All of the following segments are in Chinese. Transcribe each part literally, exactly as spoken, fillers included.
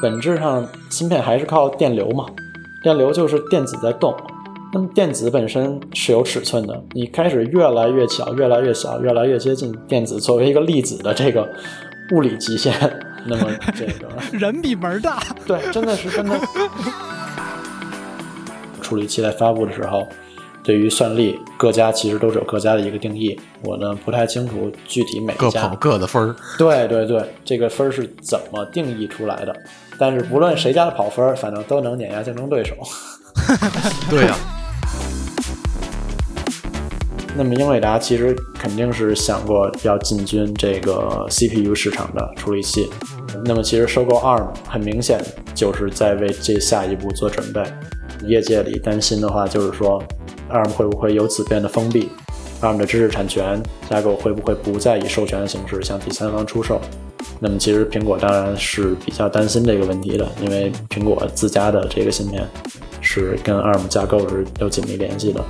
本质上芯片还是靠电流嘛，电流就是电子在动。那么电子本身是有尺寸的，你开始越来越小越来越小越来越接近电子作为一个粒子的这个物理极限，那么这个人比门大， 对，真的是真的。处理器在发布的时候，对于算力各家其实都是有各家的一个定义，我呢不太清楚具体每一家各跑各的分儿。 对对对，这个分是怎么定义出来的？但是不论谁家的跑分，反正都能碾压竞争对手。 对呀、啊。 那么英伟达其实肯定是想过要进军这个 C P U 市场的处理器，那么其实收购 A R M 很明显就是在为这下一步做准备。业界里担心的话就是说 A R M 会不会由此变得封闭， A R M 的知识产权架构会不会不再以授权的形式向第三方出售。那么其实苹果当然是比较担心这个问题的，因为苹果自家的这个芯片是跟 A R M 架构是有紧密联系的。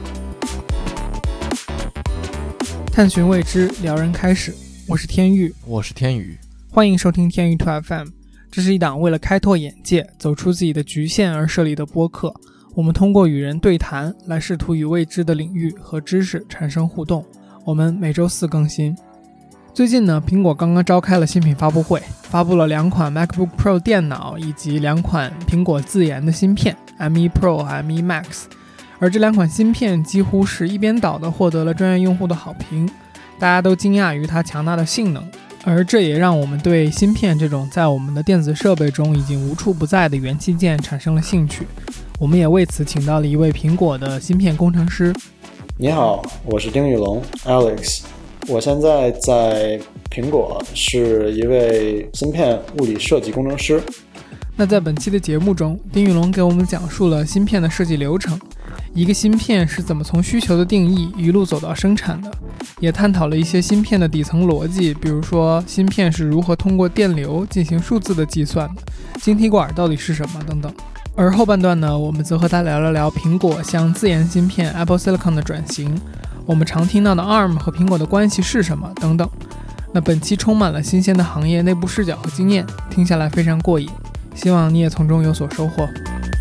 探寻未知，撩人开始，我是天宇， 我是天宇， 欢迎收听天宇 二 F M。 这是一档为了开拓眼界，走出自己的局限而设立的播客，我们通过与人对谈来试图与未知的领域和知识产生互动。我们每周四更新。最近呢，苹果刚刚召开了新品发布会，发布了两款 MacBook Pro 电脑以及两款苹果自研的芯片 M 一 Pro 和 M 一 Max，而这两款芯片几乎是一边倒的获得了专业用户的好评，大家都惊讶于它强大的性能，而这也让我们对芯片这种在我们的电子设备中已经无处不在的元器件产生了兴趣。我们也为此请到了一位苹果的芯片工程师。 你好，我是丁玉龙 Alex， 我现在在苹果是一位芯片物理设计工程师。 那在本期的节目中，丁玉龙给我们讲述了芯片的设计流程，一个芯片是怎么从需求的定义一路走到生产的，也探讨了一些芯片的底层逻辑，比如说芯片是如何通过电流进行数字的计算的，晶体管到底是什么等等。而后半段呢，我们则和他聊了聊苹果向自研芯片 Apple Silicon 的转型，我们常听到的 A R M 和苹果的关系是什么等等。那本期充满了新鲜的行业内部视角和经验，听下来非常过瘾，希望你也从中有所收获。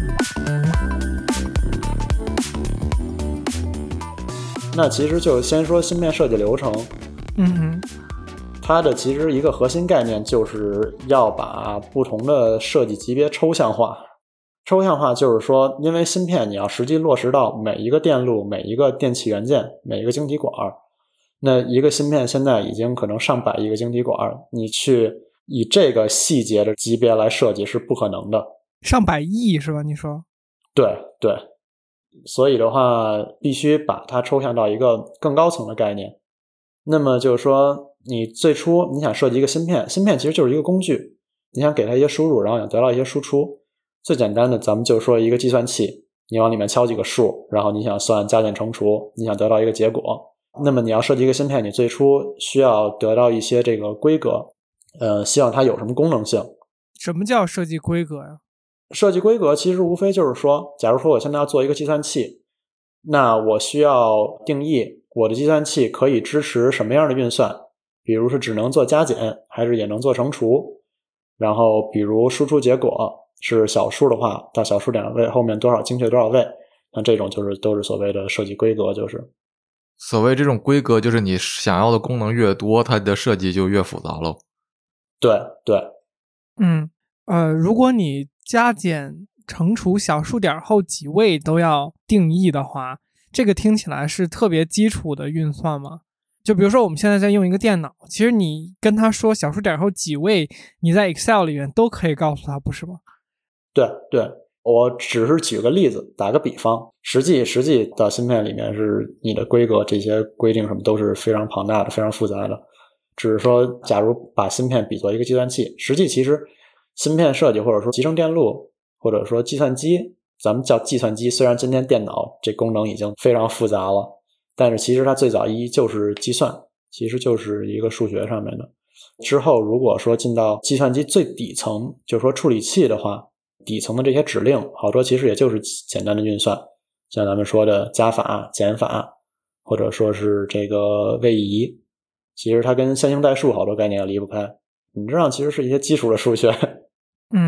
那其实就先说芯片设计流程。 嗯哼， 它的其实一个核心概念就是要把不同的设计级别抽象化。抽象化就是说，因为芯片你要实际落实到每一个电路、每一个电气元件、每一个晶体管，那一个芯片现在已经可能上百亿个晶体管，你去以这个细节的级别来设计是不可能的。 上百亿是吧？你说？ 对对，所以的话必须把它抽象到一个更高层的概念。那么就是说，你最初你想设计一个芯片，芯片其实就是一个工具，你想给它一些输入，然后想得到一些输出。最简单的咱们就说一个计算器，你往里面敲几个数，然后你想算加减乘除，你想得到一个结果。那么你要设计一个芯片，你最初需要得到一些这个规格，呃，希望它有什么功能性。 什么叫设计规格呀？ 设计规格其实无非就是说，假如说我现在要做一个计算器，那我需要定义我的计算器可以支持什么样的运算，比如是只能做加减还是也能做乘除，然后比如输出结果是小数的话，到小数点位后面多少精确多少位，那这种就是都是所谓的设计规格。就是所谓这种规格，就是你想要的功能越多，它的设计就越复杂咯。 对对， 嗯呃，如果你加减乘除小数点后几位都要定义的话，这个听起来是特别基础的运算吗？就比如说我们现在在用一个电脑，其实你跟他说小数点后几位，你在 Excel 里面都可以告诉他，不是吗？ 对对，我只是举个例子，打个比方，实际实际的芯片里面是你的规格这些规定什么都是非常庞大的，非常复杂的。只是说假如把芯片比作一个计算器，实际其实芯片设计或者说集成电路或者说计算机，咱们叫计算机，虽然今天电脑这功能已经非常复杂了，但是其实它最早一就是计算，其实就是一个数学上面的。之后如果说进到计算机最底层，就是说处理器的话，底层的这些指令好多其实也就是简单的运算，像咱们说的加法、减法，或者说是这个位移，其实它跟线性代数好多概念也离不开。你知道其实是一些基础的数学。 嗯，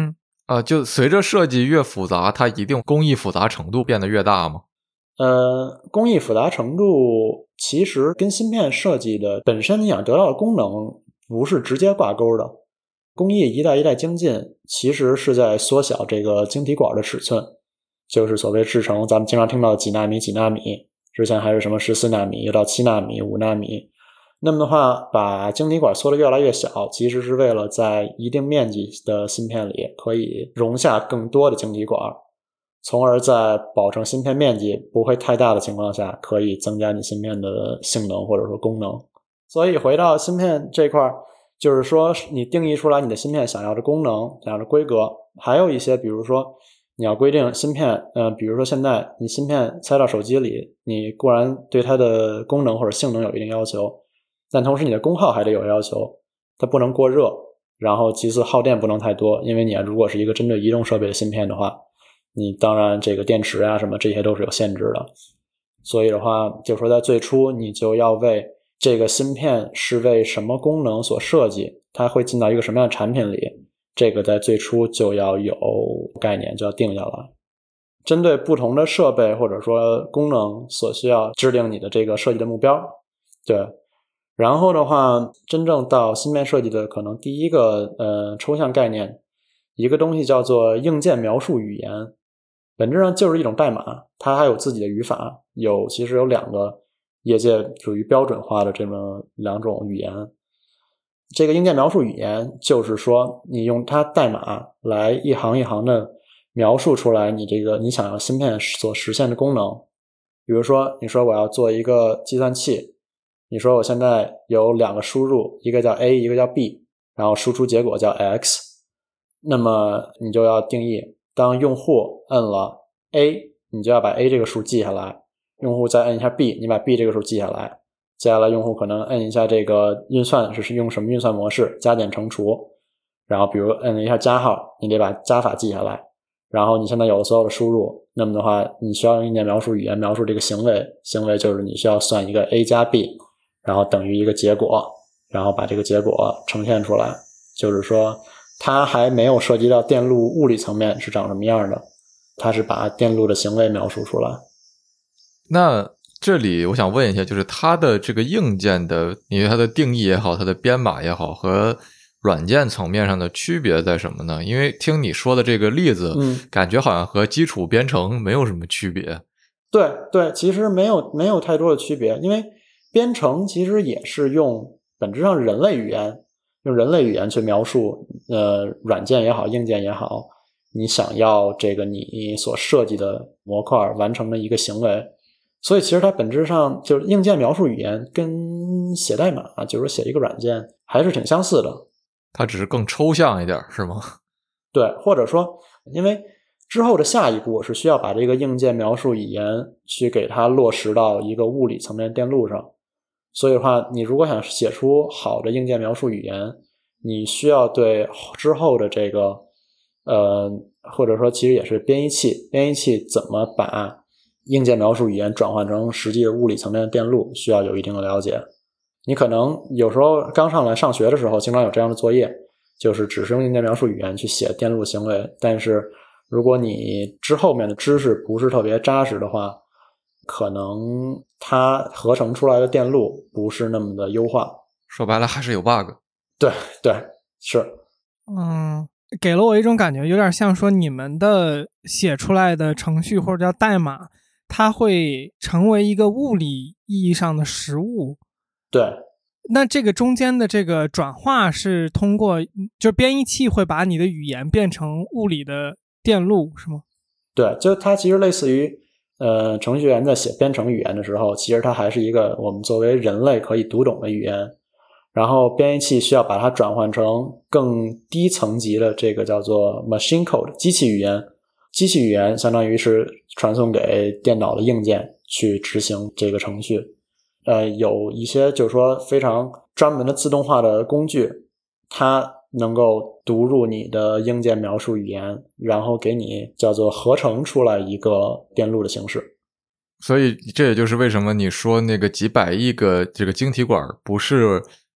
啊，就随着设计越复杂，它一定工艺复杂程度变得越大吗？ 呃，工艺复杂程度其实跟芯片设计的本身你想得到的功能不是直接挂钩的。工艺一代一代精进，其实是在缩小这个晶体管的尺寸，就是所谓制程，咱们经常听到的几纳米、几纳米，之前还是什么十四纳米，又到七纳米、五纳米。那么的话，把晶体管缩得越来越小，其实是为了在一定面积的芯片里可以容下更多的晶体管，从而在保证芯片面积不会太大的情况下，可以增加你芯片的性能或者说功能。所以回到芯片这块，就是说你定义出来你的芯片想要的功能、想要的规格，还有一些比如说你要规定芯片，呃，比如说现在你芯片塞到手机里，你固然对它的功能或者性能有一定要求，但同时你的功耗还得有要求，它不能过热，然后其次耗电不能太多，因为你如果是一个针对移动设备的芯片的话，你当然这个电池啊什么这些都是有限制的。所以的话，就说在最初你就要为这个芯片是为什么功能所设计，它会进到一个什么样的产品里，这个在最初就要有概念，就要定下来。针对不同的设备或者说功能所需要制定你的这个设计的目标。对，然后的话，真正到芯片设计的可能第一个呃抽象概念，一个东西叫做硬件描述语言，本质上就是一种代码，它还有自己的语法，有其实有两个业界属于标准化的这么两种语言。这个硬件描述语言就是说你用它代码来一行一行的描述出来你这个你想要芯片所实现的功能。比如说你说我要做一个计算器，你说我现在有两个输入，一个叫 A 一个叫 B， 然后输出结果叫 X， 那么你就要定义当用户摁了 A， 你就要把 A 这个数记下来，用户再摁一下 B， 你把 B 这个数记下来，接下来用户可能摁一下这个运算是用什么运算模式，加减乘除，然后比如摁了一下加号，你得把加法记下来，然后你现在有了所有的输入，那么的话你需要用硬件描述语言描述这个行为，行为就是你需要算一个 A 加 B， 然后等于一个结果，然后把这个结果呈现出来，就是说它还没有涉及到电路物理层面是长什么样的，它是把电路的行为描述出来。 那这里我想问一下，就是它的这个硬件的，因为它的定义也好，它的编码也好，和软件层面上的区别在什么呢？因为听你说的这个例子， 嗯， 感觉好像和基础编程没有什么区别。 对对，其实没有没有太多的区别，因为编程其实也是用本质上人类语言，用人类语言去描述呃软件也好，硬件也好，你想要这个你所设计的模块完成的一个行为。所以其实它本质上就是硬件描述语言跟写代码，就是写一个软件还是挺相似的。 它只是更抽象一点，是吗？ 对，或者说因为之后的下一步是需要把这个硬件描述语言去给它落实到一个物理层面电路上，所以的话你如果想写出好的硬件描述语言，你需要对之后的这个呃，或者说其实也是编译器，编译器怎么把硬件描述语言转换成实际的物理层面的电路需要有一定的了解。你可能有时候刚上来上学的时候经常有这样的作业，就是只是用硬件描述语言去写电路行为，但是如果你之后面的知识不是特别扎实的话，可能它合成出来的电路不是那么的优化。 说白了还是有 bug。 对对是。 嗯，给了我一种感觉，有点像说你们的写出来的程序或者叫代码，它会成为一个物理意义上的实物。 对， 那这个中间的这个转化是通过，就是编译器会把你的语言变成物理的电路，是吗？ 对，就它其实类似于呃，程序员在写编程语言的时候，其实它还是一个我们作为人类可以读懂的语言，然后编译器需要把它转换成更低层级的这个叫做 machine code 机器语言。机器语言相当于是传送给电脑的硬件去执行这个程序。呃，有一些就是说非常专门的自动化的工具，它能够读入你的硬件描述语言，然后给你叫做合成出来一个电路的形式。 所以这也就是为什么你说那个几百亿个这个晶体管不是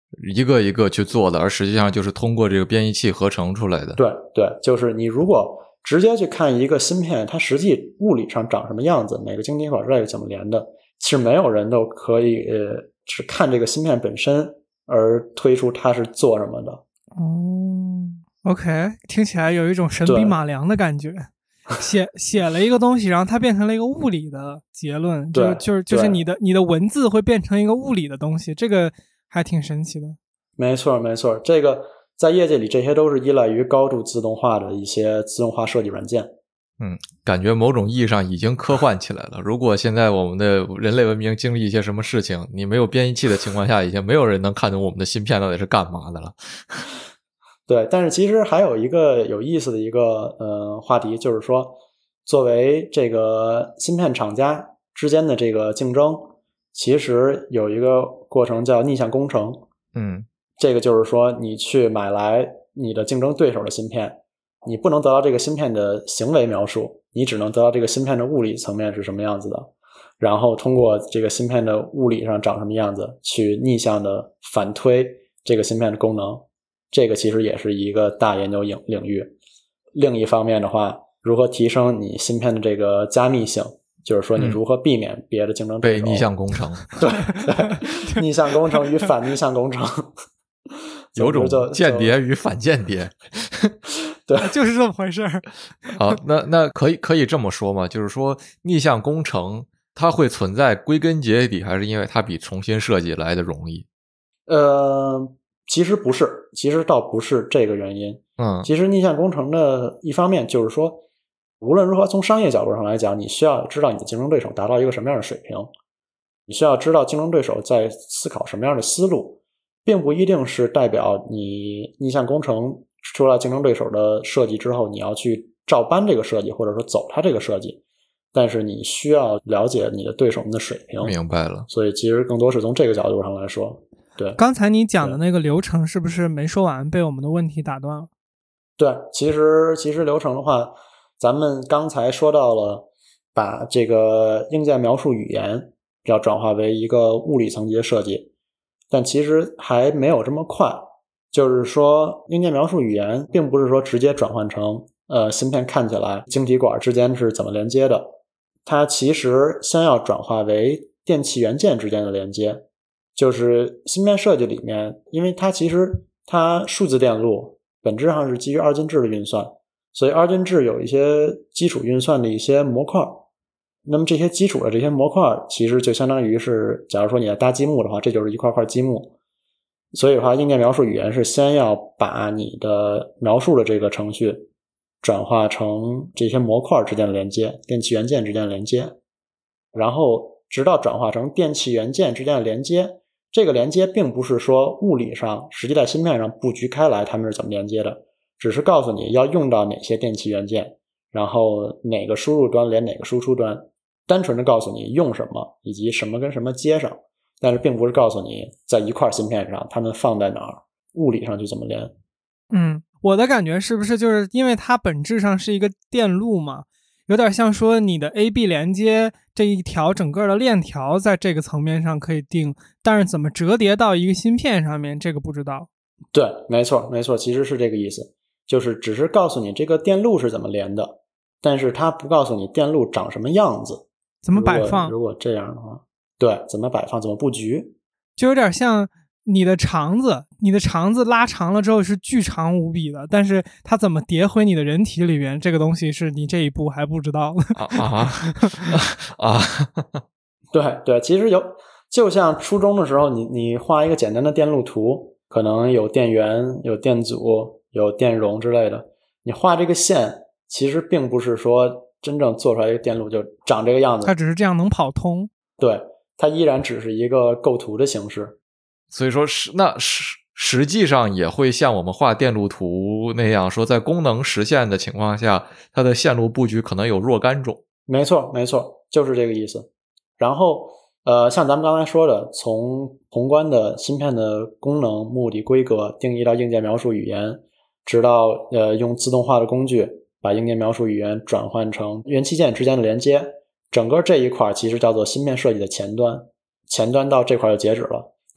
一个一个去做的，而实际上就是通过这个编译器合成出来的。 对对，就是你如果直接去看一个芯片，它实际物理上长什么样子，每个晶体口之类怎么连的，是没有人都可以呃只看这个芯片本身而推出它是做什么的。 哦 ，OK， 听起来有一种神笔马良的感觉。写写了一个东西，然后它变成了一个物理的结论，就就是就是你的你的文字会变成一个物理的东西，这个还挺神奇的。 没错没错，这个在业界里这些都是依赖于高度自动化的一些自动化设计软件。 嗯，感觉某种意义上已经科幻起来了。如果现在我们的人类文明经历一些什么事情，你没有编译器的情况下，已经没有人能看懂我们的芯片到底是干嘛的了。 对，但是其实还有一个有意思的一个呃话题，就是说作为这个芯片厂家之间的这个竞争，其实有一个过程叫逆向工程。 嗯， 这个就是说你去买来你的竞争对手的芯片，你不能得到这个芯片的行为描述，你只能得到这个芯片的物理层面是什么样子的，然后通过这个芯片的物理上长什么样子去逆向的反推这个芯片的功能。这个其实也是一个大研究领领域。另一方面的话，如何提升你芯片的这个加密性，就是说你如何避免别的竞争对手、 嗯、被逆向工程。 对对，逆向工程与反逆向工程有种间谍与反间谍。 对， 就是这么回事。 好，那那可以可以这么说吗？就是说逆向工程它会存在，归根结底还是因为它比重新设计来的容易？ 呃其实不是，其实倒不是这个原因。 嗯， 其实逆向工程的一方面就是说，无论如何从商业角度上来讲，你需要知道你的竞争对手达到一个什么样的水平，你需要知道竞争对手在思考什么样的思路，并不一定是代表你逆向工程出了竞争对手的设计之后，你要去照搬这个设计，或者说走他这个设计。但是你需要了解你的对手们的水平。 明白了。 所以其实更多是从这个角度上来说。对， 刚才你讲的那个流程是不是没说完，被我们的问题打断了？ 对，其实其实流程的话，咱们刚才说到了把这个硬件描述语言要转化为一个物理层级的设计，但其实还没有这么快。就是说硬件描述语言并不是说直接转换成呃芯片看起来晶体管之间是怎么连接的，它其实先要转化为电气元件之间的连接。就是芯片设计里面，因为它其实它数字电路本质上是基于二进制的运算，所以二进制有一些基础运算的一些模块。那么这些基础的这些模块其实就相当于是，假如说你要搭积木的话，这就是一块块积木。所以的话，硬件描述语言是先要把你的描述的这个程序转化成这些模块之间的连接，电气元件之间的连接，然后直到转化成电气元件之间的连接。这个连接并不是说物理上实际在芯片上布局开来它们是怎么连接的，只是告诉你要用到哪些电气元件，然后哪个输入端连哪个输出端，单纯的告诉你用什么以及什么跟什么接上，但是并不是告诉你在一块芯片上它们放在哪儿，物理上去怎么连。 嗯，我的感觉是不是就是因为它本质上是一个电路嘛，有点像说你的 A B 连接这一条整个的链条在这个层面上可以定，但是怎么折叠到一个芯片上面，这个不知道。 对，没错没错，其实是这个意思，就是只是告诉你这个电路是怎么连的，但是它不告诉你电路长什么样子， 怎么摆放。 如果, 如果这样的话，对，怎么摆放怎么布局， 就有点像你的肠子，你的肠子拉长了之后是巨长无比的，但是它怎么叠回你的人体里面，这个东西是你这一步还不知道啊啊啊！ 对对，其实有，就像初中的时候，你你画一个简单的电路图，可能有电源、有电阻、有电容之类的，你画这个线，其实并不是说真正做出来一个电路就长这个样子， 它只是这样能跑通。 对，它依然只是一个构图的形式。 所以说是那实实际上也会像我们画电路图那样说，在功能实现的情况下，它的线路布局可能有若干种。 没错没错，就是这个意思。然后呃，像咱们刚才说的，从宏观的芯片的功能、目的、规格定义到硬件描述语言，直到呃用自动化的工具把硬件描述语言转换成元器件之间的连接，整个这一块其实叫做芯片设计的前端，前端到这块就截止了。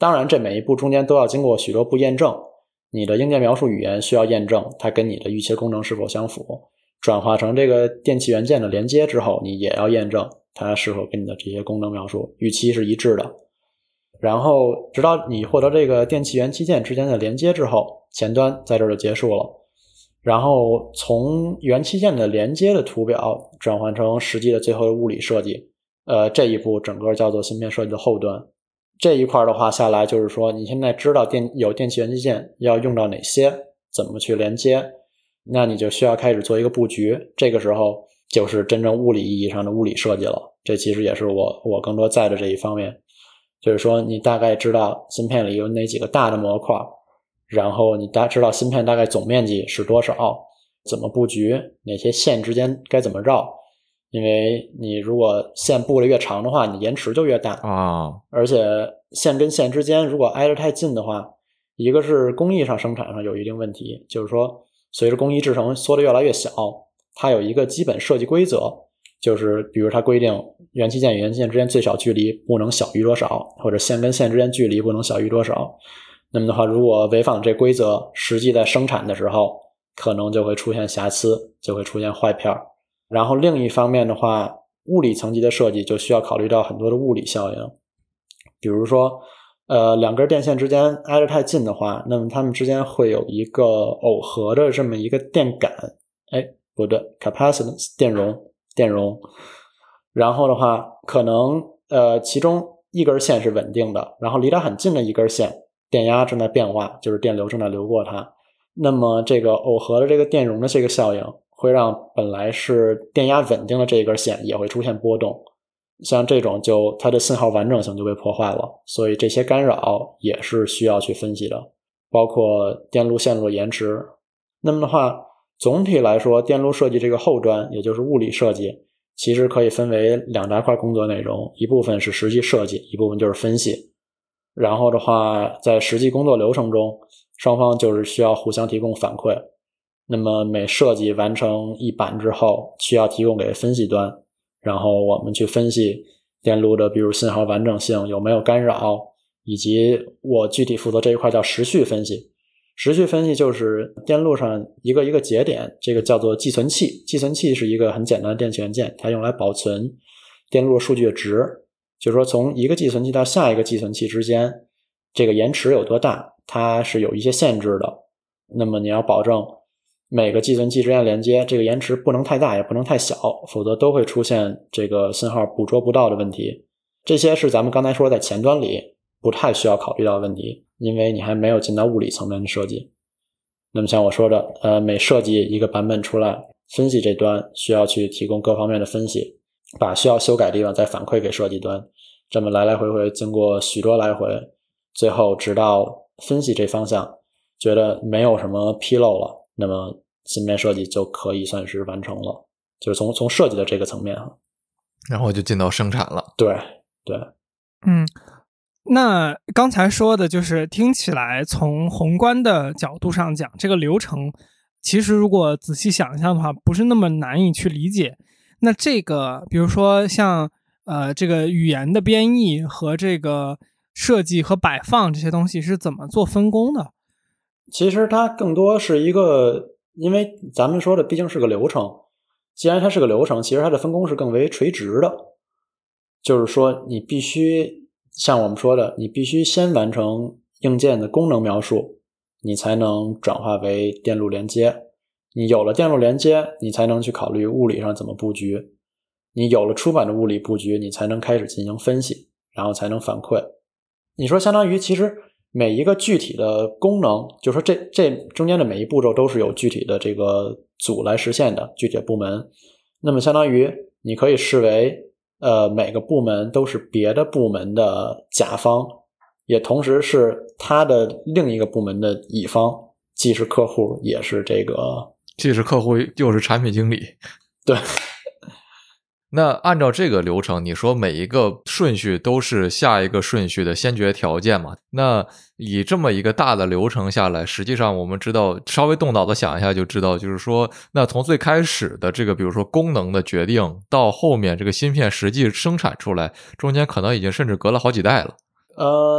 当然这每一步中间都要经过许多步验证，你的硬件描述语言需要验证它跟你的预期功能是否相符，转化成这个电气元件的连接之后，你也要验证它是否跟你的这些功能描述预期是一致的。然后直到你获得这个电气元器件之间的连接之后，前端在这儿就结束了。然后从元器件的连接的图表转换成实际的最后的物理设计，呃，这一步整个叫做芯片设计的后端。这一块的话下来就是说，你现在知道电有电气元器件要用到哪些，怎么去连接，那你就需要开始做一个布局，这个时候就是真正物理意义上的物理设计了。这其实也是我我更多在的这一方面，就是说你大概知道芯片里有哪几个大的模块，然后你大知道芯片大概总面积是多少，怎么布局，哪些线之间该怎么绕，因为你如果线布的越长的话，你延迟就越大啊。 而且线跟线之间如果挨得太近的话，一个是工艺上生产上有一定问题，就是说随着工艺制程缩得越来越小，它有一个基本设计规则，就是比如它规定元器件与元器件之间最小距离不能小于多少，或者线跟线之间距离不能小于多少。那么的话，如果违反这规则，实际在生产的时候可能就会出现瑕疵，就会出现坏片。然后另一方面的话，物理层级的设计就需要考虑到很多的物理效应，比如说呃，两根电线之间挨得太近的话，那么它们之间会有一个耦合的这么一个电感，哎，不对 capacitance 电容电容然后的话可能呃，其中一根线是稳定的，然后离它很近的一根线电压正在变化，就是电流正在流过它，那么这个耦合的这个电容的这个效应会让本来是电压稳定的这一根线也会出现波动，像这种就它的信号完整性就被破坏了，所以这些干扰也是需要去分析的，包括电路线路的延迟。那么的话，总体来说电路设计这个后端也就是物理设计其实可以分为两大块工作内容，一部分是实际设计，一部分就是分析。然后的话在实际工作流程中，双方就是需要互相提供反馈，那么每设计完成一版之后需要提供给分析端，然后我们去分析电路的比如信号完整性有没有干扰，以及我具体负责这一块叫时序分析。时序分析就是电路上一个一个节点，这个叫做寄存器，寄存器是一个很简单的电气元件，它用来保存电路数据的值，就是说从一个寄存器到下一个寄存器之间这个延迟有多大，它是有一些限制的，那么你要保证每个寄存器之间连接这个延迟不能太大也不能太小，否则都会出现这个信号捕捉不到的问题。这些是咱们刚才说在前端里不太需要考虑到的问题，因为你还没有进到物理层面的设计。那么像我说的呃，每设计一个版本出来，分析这端需要去提供各方面的分析，把需要修改的地方再反馈给设计端，这么来来回回经过许多来回，最后直到分析这方向觉得没有什么纰漏了，那么芯片设计就可以算是完成了，就是从从设计的这个层面哈， 然后就进到生产了。 对对， 嗯，那刚才说的就是听起来从宏观的角度上讲，这个流程其实如果仔细想象的话不是那么难以去理解。那这个比如说像呃这个语言的编译和这个设计和摆放这些东西是怎么做分工的？ 其实它更多是一个，因为咱们说的毕竟是个流程，既然它是个流程，其实它的分工是更为垂直的，就是说你必须像我们说的，你必须先完成硬件的功能描述，你才能转化为电路连接，你有了电路连接，你才能去考虑物理上怎么布局，你有了初版的物理布局，你才能开始进行分析，然后才能反馈。你说相当于其实每一个具体的功能，就是说这这中间的每一步骤都是有具体的这个组来实现的，具体的部门，那么相当于你可以视为呃每个部门都是别的部门的甲方，也同时是他的另一个部门的乙方，既是客户也是这个既是客户又是产品经理。 对。 那按照这个流程，你说每一个顺序都是下一个顺序的先决条件嘛？那以这么一个大的流程下来，实际上我们知道，稍微动脑子想一下就知道，就是说那从最开始的这个比如说功能的决定到后面这个芯片实际生产出来，中间可能已经甚至隔了好几代了。 呃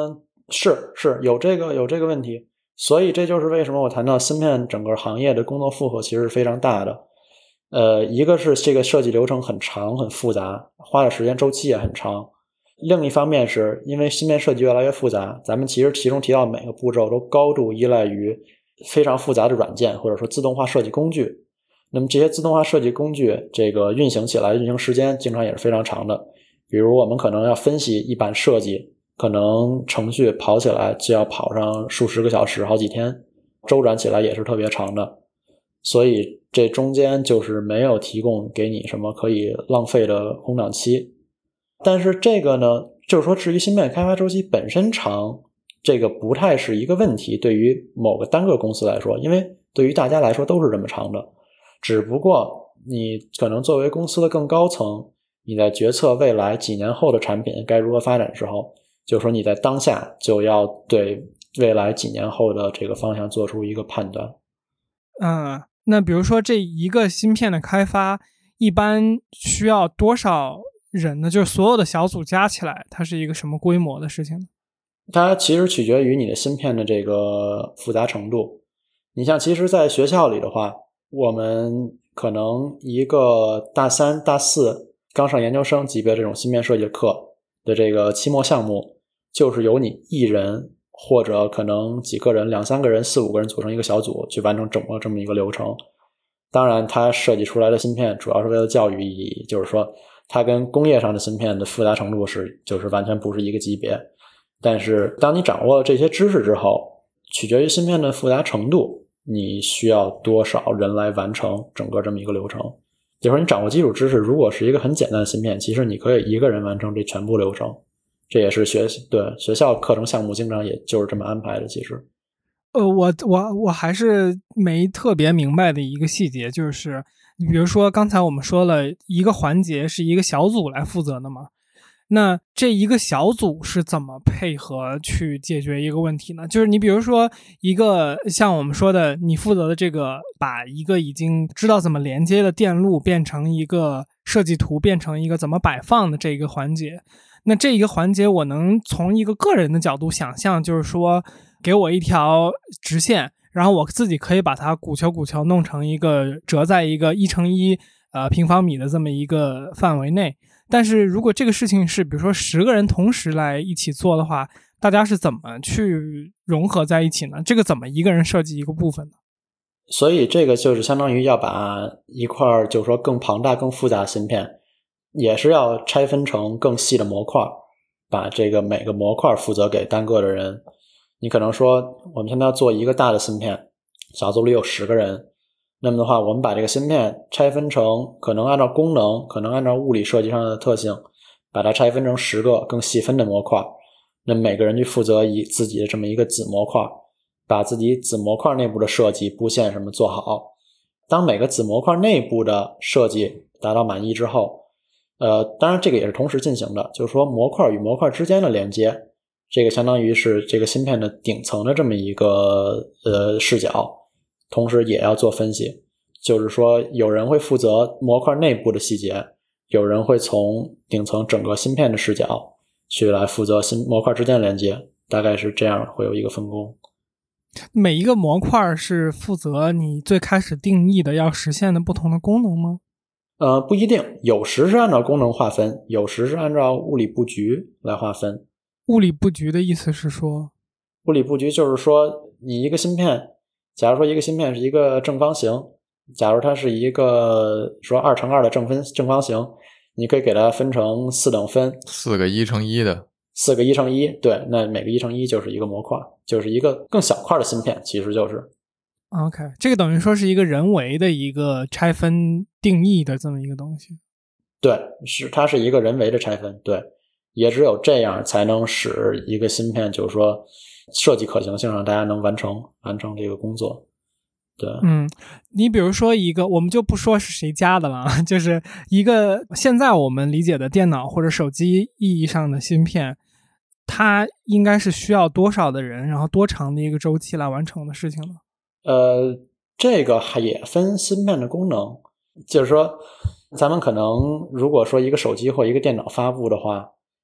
是是有这个有这个问题，所以这就是为什么我谈到芯片整个行业的工作负荷其实是非常大的。呃，一个是这个设计流程很长很复杂，花的时间周期也很长。另一方面是因为芯片设计越来越复杂，咱们其实其中提到每个步骤都高度依赖于非常复杂的软件或者说自动化设计工具。那么这些自动化设计工具这个运行起来运行时间经常也是非常长的，比如我们可能要分析一版设计，可能程序跑起来就要跑上数十个小时好几天，周转起来也是特别长的。所以这中间就是没有提供给你什么可以浪费的空档期。但是这个呢，就是说至于芯片开发周期本身长，这个不太是一个问题，对于某个单个公司来说，因为对于大家来说都是这么长的。只不过你可能作为公司的更高层，你在决策未来几年后的产品该如何发展的时候，就是说你在当下就要对未来几年后的这个方向做出一个判断。 嗯，那比如说这一个芯片的开发一般需要多少人呢？就是所有的小组加起来，它是一个什么规模的事情呢？ 它其实取决于你的芯片的这个复杂程度。你像其实在学校里的话，我们可能一个大三大四刚上研究生级别这种芯片设计课的这个期末项目，就是由你一人或者可能几个人两三个人四五个人组成一个小组去完成整个这么一个流程。当然它设计出来的芯片主要是为了教育意义，就是说它跟工业上的芯片的复杂程度是就是完全不是一个级别。但是当你掌握了这些知识之后，取决于芯片的复杂程度，你需要多少人来完成整个这么一个流程。就是你掌握基础知识，如果是一个很简单的芯片，其实你可以一个人完成这全部流程。这也是学对学校课程项目经常也就是这么安排的。其实呃，我我我还是没特别明白的一个细节，就是比如说刚才我们说了一个环节是一个小组来负责的嘛，那这一个小组是怎么配合去解决一个问题呢？就是你比如说一个像我们说的，你负责的这个把一个已经知道怎么连接的电路变成一个设计图，变成一个怎么摆放的这一个环节。那这一个环节我能从一个个人的角度想象，就是说给我一条直线，然后我自己可以把它鼓球鼓球弄成一个折在一个一乘一呃平方米的这么一个范围内。但是如果这个事情是比如说十个人同时来一起做的话，大家是怎么去融合在一起呢？这个怎么一个人设计一个部分呢？ 所以这个就是相当于要把一块就是说更庞大更复杂的芯片也是要拆分成更细的模块，把这个每个模块负责给单个的人。你可能说我们现在要做一个大的芯片，小组里有十个人，那么的话我们把这个芯片拆分成可能按照功能可能按照物理设计上的特性，把它拆分成十个更细分的模块，那每个人去负责以自己的这么一个子模块，把自己子模块内部的设计布线什么做好。当每个子模块内部的设计达到满意之后，呃，当然这个也是同时进行的，就是说模块与模块之间的连接，这个相当于是这个芯片的顶层的这么一个呃视角，同时也要做分析。就是说有人会负责模块内部的细节，有人会从顶层整个芯片的视角去来负责芯模块之间的连接，大概是这样会有一个分工。 每一个模块是负责你最开始定义的要实现的不同的功能吗？ 呃，不一定，有时是按照功能划分，有时是按照物理布局来划分。 物理布局的意思是说， 物理布局就是说你一个芯片，假如说一个芯片是一个正方形，假如它是一个说二乘二的正分正方形，你可以给它分成四等分， 四个一乘一的， 四个一乘一，对，那每个一乘一就是一个模块，就是一个更小块的芯片，其实就是。 OK， 这个等于说是一个人为的一个拆分定义的这么一个东西。 对，是它是一个人为的拆分，对，也只有这样才能使一个芯片就是说设计可行性上大家能完成完成这个工作。对， 嗯，你比如说一个，我们就不说是谁家的了，就是一个现在我们理解的电脑或者手机意义上的芯片，它应该是需要多少的人，然后多长的一个周期来完成的事情呢？ 呃，这个还也分芯片的功能，就是说咱们可能如果说一个手机或一个电脑发布的话，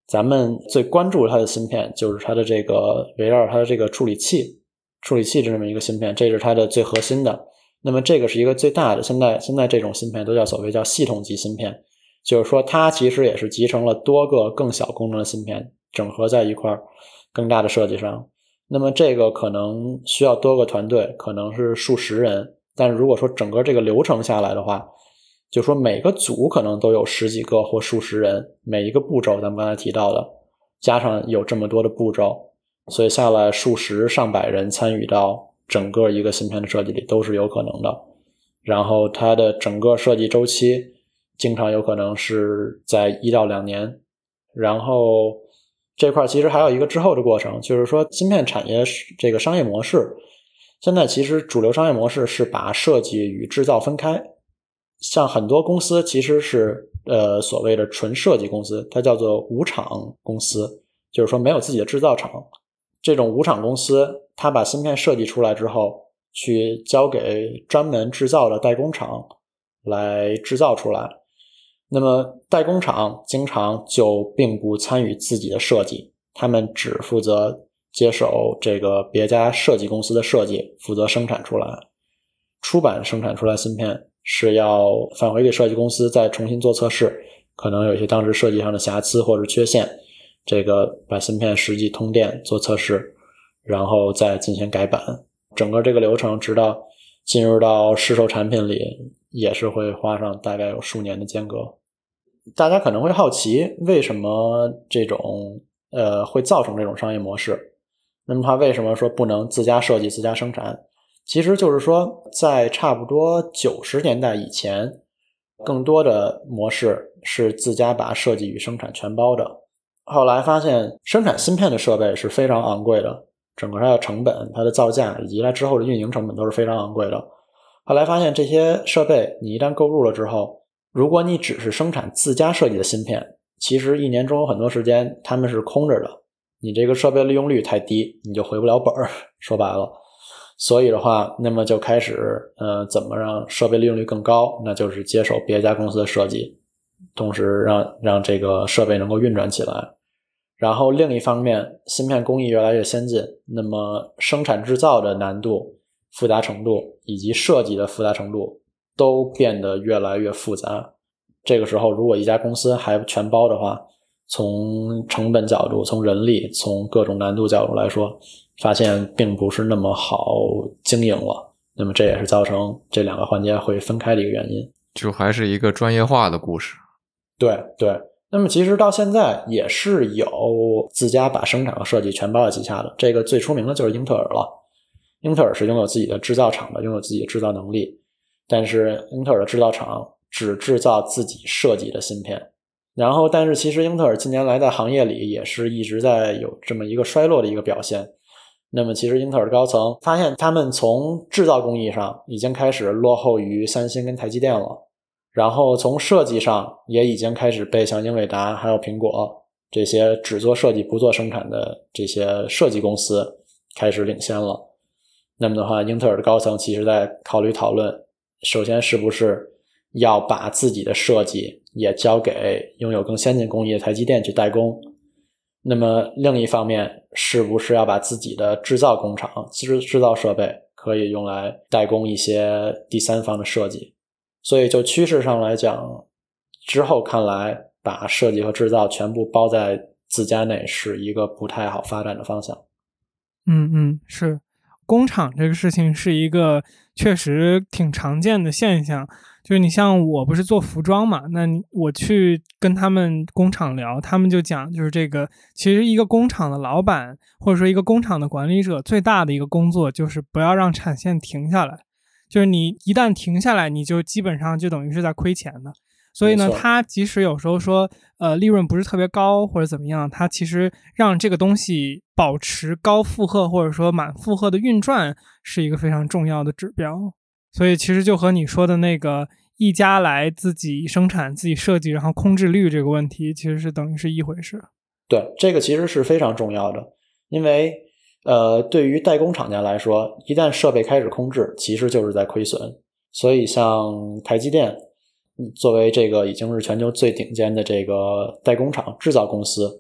咱们最关注它的芯片就是它的这个围绕它的这个处理器，处理器这么一个芯片，这是它的最核心的。那么这个是一个最大的，现在现在这种芯片都叫所谓叫系统级芯片，就是说它其实也是集成了多个更小功能的芯片整合在一块更大的设计上。那么这个可能需要多个团队，可能是数十人，但是如果说整个这个流程下来的话，就说每个组可能都有十几个或数十人，每一个步骤咱们刚才提到的加上有这么多的步骤，所以下来数十上百人参与到整个一个芯片的设计里都是有可能的。然后它的整个设计周期经常有可能是在一到两年。然后这块其实还有一个之后的过程，就是说芯片产业这个商业模式，现在其实主流商业模式是把设计与制造分开。像很多公司其实是呃所谓的纯设计公司，它叫做无厂公司，就是说没有自己的制造厂。这种无厂公司它把芯片设计出来之后去交给专门制造的代工厂来制造出来，那么代工厂经常就并不参与自己的设计，他们只负责接手这个别家设计公司的设计，负责生产出来。出版生产出来芯片是要返回给设计公司再重新做测试，可能有一些当时设计上的瑕疵或者缺陷，这个把芯片实际通电做测试，然后再进行改版。整个这个流程直到进入到市售产品里也是会花上大概有数年的间隔。大家可能会好奇为什么这种呃会造成这种商业模式，那么它为什么说不能自家设计自家生产？其实就是说在差不多九十年代以前，更多的模式是自家把设计与生产全包的。后来发现生产芯片的设备是非常昂贵的，整个它的成本，它的造价以及它之后的运营成本都是非常昂贵的。后来发现这些设备你一旦购入了之后，如果你只是生产自家设计的芯片，其实一年中有很多时间他们是空着的，你这个设备利用率太低，你就回不了本儿，说白了。所以的话，那么就开始呃，怎么让设备利用率更高，那就是接手别家公司的设计，同时让让这个设备能够运转起来。然后另一方面，芯片工艺越来越先进，那么生产制造的难度、复杂程度以及设计的复杂程度都变得越来越复杂。这个时候如果一家公司还全包的话，从成本角度，从人力，从各种难度角度来说，发现并不是那么好经营了。那么这也是造成这两个环节会分开的一个原因。 就还是一个专业化的故事。 对对。那么其实到现在也是有自家把生产和设计全包在旗下的，这个最出名的就是英特尔了。英特尔是拥有自己的制造厂的，拥有自己的制造能力，但是英特尔的制造厂只制造自己设计的芯片。然后但是其实英特尔近年来在行业里也是一直在有这么一个衰落的一个表现。那么其实英特尔的高层发现他们从制造工艺上已经开始落后于三星跟台积电了，然后从设计上也已经开始被像英伟达还有苹果这些只做设计不做生产的这些设计公司开始领先了。那么的话，英特尔的高层其实在考虑讨论，首先是不是要把自己的设计也交给拥有更先进工艺的台积电去代工，那么另一方面是不是要把自己的制造工厂、制制造设备可以用来代工一些第三方的设计。所以就趋势上来讲，之后看来把设计和制造全部包在自家内是一个不太好发展的方向。 嗯嗯，是。工厂这个事情是一个确实挺常见的现象，就是你像我不是做服装嘛，那我去跟他们工厂聊，他们就讲就是这个其实一个工厂的老板或者说一个工厂的管理者最大的一个工作就是不要让产线停下来，就是你一旦停下来你就基本上就等于是在亏钱的。所以呢，他即使有时候说呃利润不是特别高或者怎么样，他其实让这个东西保持高负荷或者说满负荷的运转是一个非常重要的指标。所以其实就和你说的那个一家来自己生产自己设计然后空置率这个问题其实是等于是一回事。 对，这个其实是非常重要的，因为呃，对于代工厂家来说，一旦设备开始空置其实就是在亏损。所以像台积电作为这个已经是全球最顶尖的这个代工厂制造公司，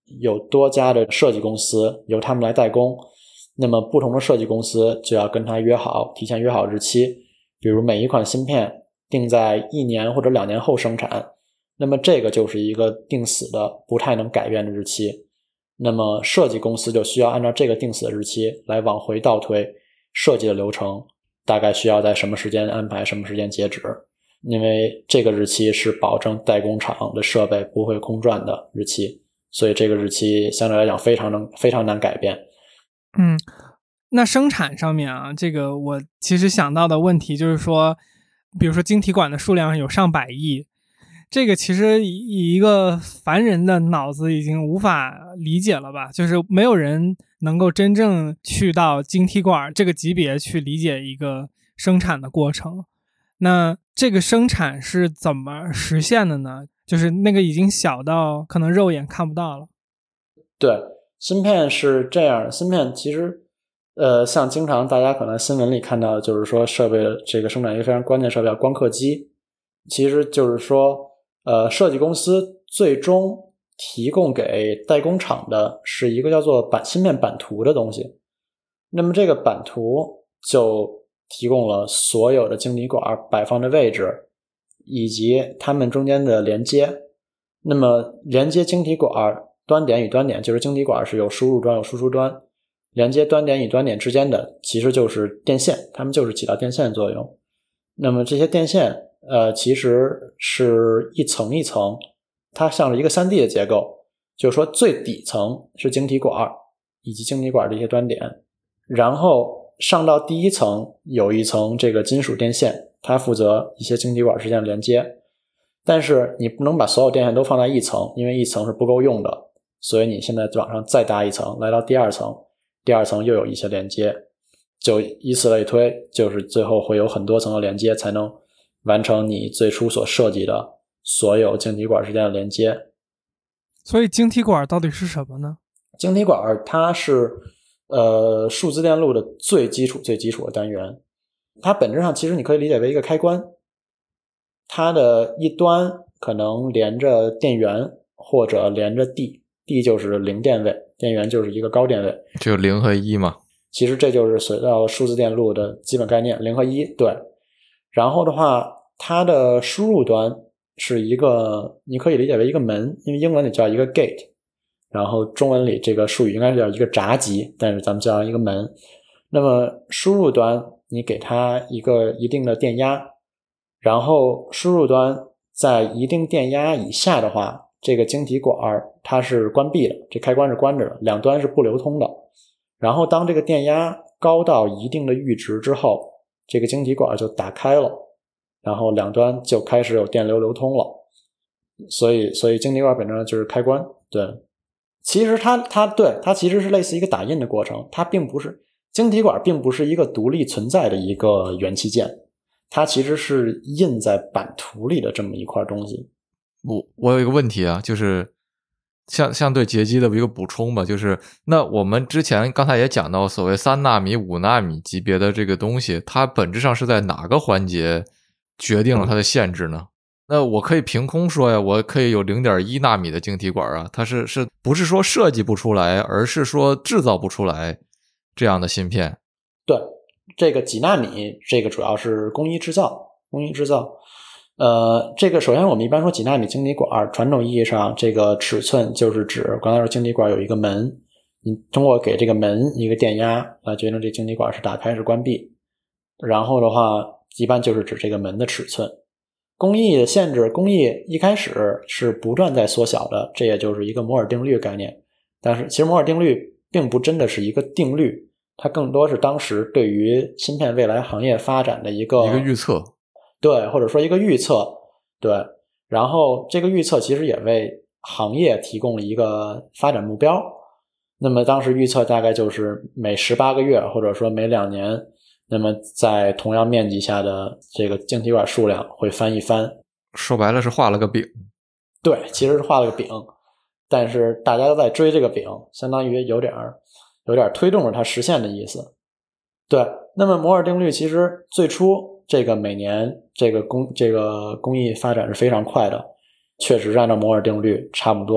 有多家的设计公司由他们来代工，那么不同的设计公司就要跟他约好，提前约好日期，比如每一款芯片定在一年或者两年后生产，那么这个就是一个定死的不太能改变的日期，那么设计公司就需要按照这个定死的日期来往回倒推设计的流程，大概需要在什么时间安排，什么时间截止，因为这个日期是保证代工厂的设备不会空转的日期，所以这个日期相对来讲非常能非常难改变。 嗯，那生产上面啊，这个我其实想到的问题就是说，比如说晶体管的数量有上百亿，这个其实以一个凡人的脑子已经无法理解了吧，就是没有人能够真正去到晶体管这个级别去理解一个生产的过程。那这个生产是怎么实现的呢？就是那个已经小到可能肉眼看不到了。 对，芯片是这样，芯片其实呃，像经常大家可能新闻里看到，就是说设备这个生产一个非常关键设备叫光刻机，其实就是说呃，设计公司最终提供给代工厂的是一个叫做版芯片版图的东西，那么这个版图就提供了所有的晶体管摆放的位置以及它们中间的连接，那么连接晶体管端点与端点，就是晶体管是有输入端有输出端，连接端点与端点之间的其实就是电线，它们就是起到电线作用。那么这些电线呃，其实是一层一层，它像是一个 三 D 的结构，就是说最底层是晶体管以及晶体管的一些端点，然后上到第一层有一层这个金属电线，它负责一些晶体管之间的连接，但是你不能把所有电线都放在一层，因为一层是不够用的，所以你现在往上再搭一层，来到第二层，第二层又有一些连接，就以此类推，就是最后会有很多层的连接才能完成你最初所设计的所有晶体管之间的连接。 所以晶体管到底是什么呢？ 晶体管它是呃数字电路的最基础最基础的单元，它本质上其实你可以理解为一个开关，它的一端可能连着电源或者连着 D， D 就是零电位，电源就是一个高电位， 就零和一嘛。 其实这就是随到数字电路的基本概念，零和一，对。然后的话，它的输入端是一个，你可以理解为一个门，因为英文里叫一个 gate， 然后中文里这个术语应该是叫一个闸极，但是咱们叫一个门。那么输入端你给它一个一定的电压，然后输入端在一定电压以下的话，这个晶体管它是关闭的，这开关是关着的，两端是不流通的。然后当这个电压高到一定的阈值之后，这个晶体管就打开了，然后两端就开始有电流流通了。所以所以晶体管本质上就是开关。对，其实它它对它其实是类似一个打印的过程，它并不是晶体管并不是一个独立存在的一个元器件，它其实是印在版图里的这么一块东西。 我我有一个问题啊，就是相相对截击的一个补充吧，就是那我们之前刚才也讲到所谓三纳米、五纳米级别的这个东西，它本质上是在哪个环节决定了它的限制呢？那我可以凭空说呀，我可以有 零点一纳米的晶体管啊，它是是不是说设计不出来，而是说制造不出来这样的芯片？ 对，这个几纳米，这个主要是工艺制造，工艺制造。呃，这个首先我们一般说几纳米晶体管，传统意义上这个尺寸就是指刚才说晶体管有一个门，你通过给这个门一个电压来决定这晶体管是打开是关闭，然后的话一般就是指这个门的尺寸。工艺的限制，工艺一开始是不断在缩小的，这也就是一个摩尔定律概念。但是其实摩尔定律并不真的是一个定律，它更多是当时对于芯片未来行业发展的一个一个预测。 对，或者说一个预测，对，然后这个预测其实也为行业提供了一个发展目标。那么当时预测大概就是每十八个月或者说每两年，那么在同样面积下的这个晶体管数量会翻一番。 说白了是画了个饼。 对，其实是画了个饼，但是大家都在追这个饼，相当于有点有点推动着它实现的意思。对，那么摩尔定律其实最初这个每年这个工这个工艺发展是非常快的，确实按照摩尔定律差不多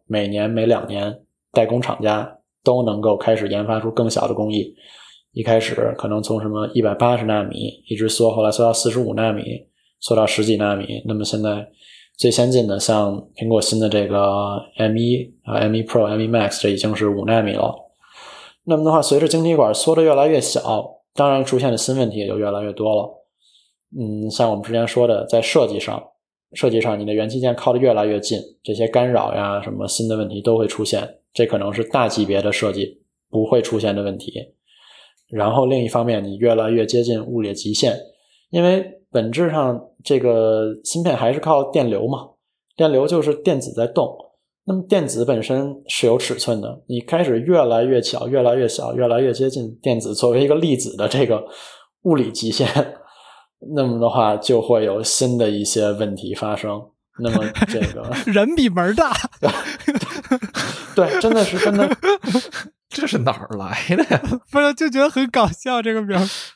每年每两年代工厂家都能够开始研发出更小的工艺。一开始可能从什么一百八十纳米一直缩，后来缩到四十五纳米，缩到十几纳米。那么现在最先进的像苹果新的这个 M 一 M 一 Pro M 一 Max 这已经是五纳米了。那么的话，随着晶体管缩得越来越小，当然出现的新问题也就越来越多了。嗯，像我们之前说的，在设计上设计上你的元器件靠得越来越近，这些干扰呀什么新的问题都会出现，这可能是大级别的设计不会出现的问题。然后另一方面，你越来越接近物理极限，因为本质上这个芯片还是靠电流嘛，电流就是电子在动，那么电子本身是有尺寸的，你开始越来越小越来越小越来越接近电子作为一个粒子的这个物理极限，那么的话就会有新的一些问题发生。那么这个人比门大对，真的是真的这是哪儿来的呀？ 不是，就觉得很搞笑这个描述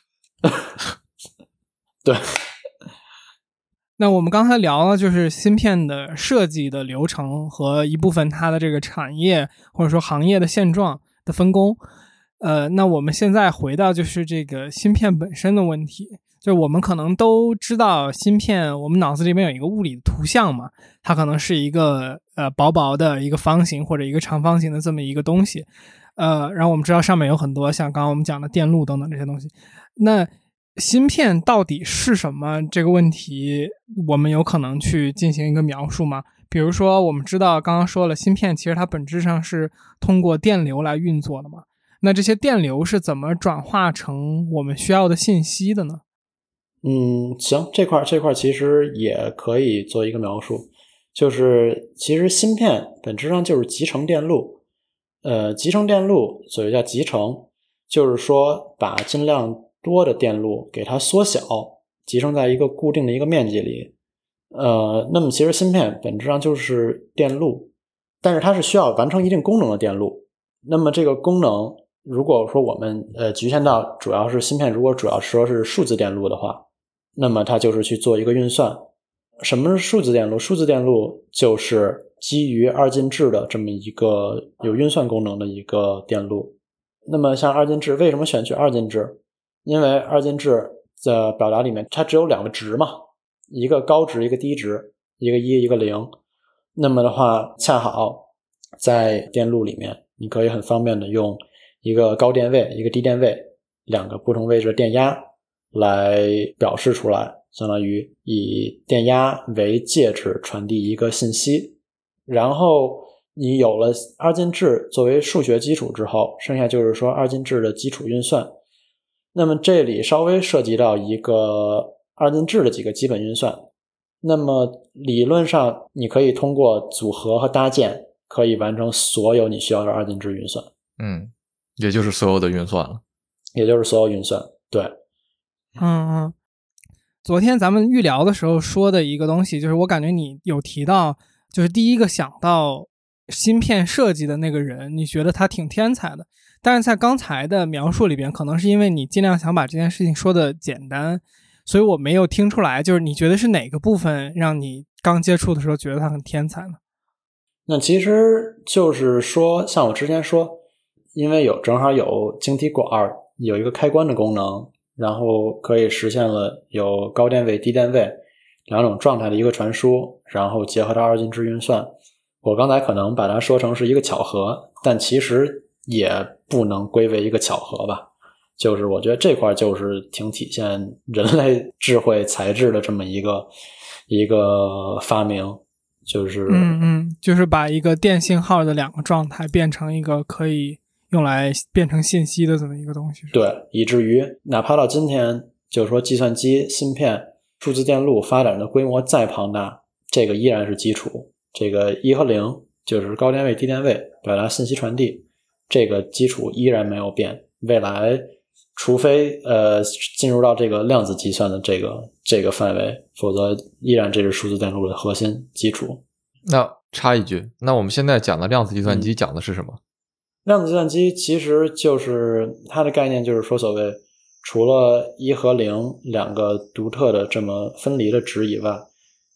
对。 那我们刚才聊了就是芯片的设计的流程和一部分它的这个产业或者说行业的现状的分工。呃，那我们现在回到就是这个芯片本身的问题，就是我们可能都知道芯片，我们脑子里面有一个物理的图像嘛，它可能是一个呃薄薄的一个方形或者一个长方形的这么一个东西，呃，然后我们知道上面有很多像刚刚我们讲的电路等等这些东西。那芯片到底是什么这个问题，我们有可能去进行一个描述吗？比如说我们知道刚刚说了，芯片其实它本质上是通过电流来运作的嘛，那这些电流是怎么转化成我们需要的信息的呢？ 嗯，行，这块这块其实也可以做一个描述，就是其实芯片本质上就是集成电路。呃，集成电路所谓叫集成，就是说把尽量多的电路给它缩小，集成在一个固定的一个面积里。呃，那么其实芯片本质上就是电路，但是它是需要完成一定功能的电路。那么这个功能如果说我们呃局限到主要是芯片，如果主要说是数字电路的话，那么它就是去做一个运算。什么是数字电路？数字电路就是基于二进制的这么一个有运算功能的一个电路。那么像二进制，为什么选取二进制？因为二进制的表达里面它只有两个值嘛，一个高值一个低值，一个一一个零。那么的话恰好在电路里面你可以很方便的用一个高电位一个低电位两个不同位置的电压来表示出来，相当于以电压为介质传递一个信息。然后你有了二进制作为数学基础之后，剩下就是说二进制的基础运算。那么这里稍微涉及到一个二进制的几个基本运算，那么理论上你可以通过组合和搭建可以完成所有你需要的二进制运算。 嗯，也就是所有的运算了。 也就是所有运算，对。 嗯嗯，昨天咱们预聊的时候说的一个东西，就是我感觉你有提到，就是第一个想到芯片设计的那个人，你觉得他挺天才的。但是在刚才的描述里边，可能是因为你尽量想把这件事情说的简单，所以我没有听出来，就是你觉得是哪个部分让你刚接触的时候觉得他很天才呢？ 那其实就是说，像我之前说，因为有正好有晶体管有一个开关的功能，然后可以实现了有高电位低电位两种状态的一个传输，然后结合到二进制运算。我刚才可能把它说成是一个巧合，但其实也不能归为一个巧合吧，就是我觉得这块就是挺体现人类智慧才智的这么一个一个发明，就是嗯嗯，就是把一个电信号的两个状态变成一个可以用来变成信息的这么一个东西。 对，以至于哪怕到今天，就是说计算机芯片数字电路发展的规模再庞大，这个依然是基础，这个一和零就是高电位低电位表达信息传递，这个基础依然没有变。未来除非呃进入到这个量子计算的这个这个范围，否则依然这是数字电路的核心基础。 那插一句，那我们现在讲的量子计算机讲的是什么？ 嗯、量子计算机其实就是它的概念就是说，所谓除了一和零两个独特的这么分离的值以外，